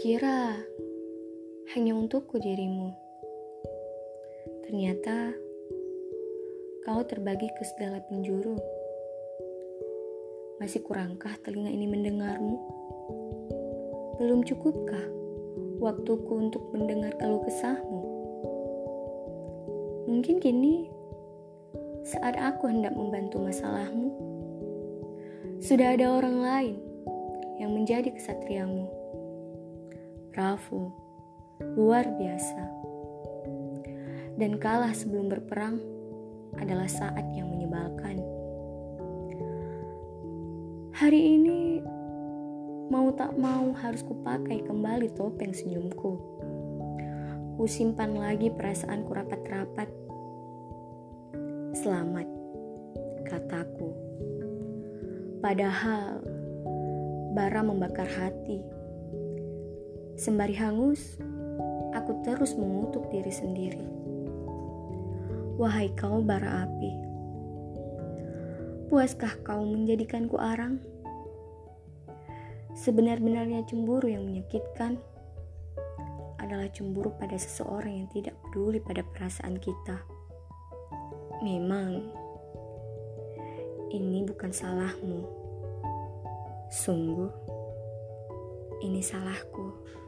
Kukira hanya untukku dirimu. Ternyata kau terbagi ke segala penjuru. Masih kurangkah telinga ini mendengarmu? Belum cukupkah waktuku untuk mendengar keluh kesahmu? Mungkin kini saat aku hendak membantu masalahmu, sudah ada orang lain yang menjadi kesatriamu. Bravo, luar biasa. Dan kalah sebelum berperang adalah saat yang menyebalkan. Hari ini mau tak mau harus kupakai kembali topeng senyumku. Kusimpan lagi perasaanku rapat-rapat. Selamat, kataku. Padahal bara membakar hati. Sembari hangus, aku terus mengutuk diri sendiri. Wahai kau bara api, puaskah kau menjadikanku arang? Sebenar-benarnya cemburu yang menyakitkan adalah cemburu pada seseorang yang tidak peduli pada perasaan kita. Memang, ini bukan salahmu. Sungguh, ini salahku.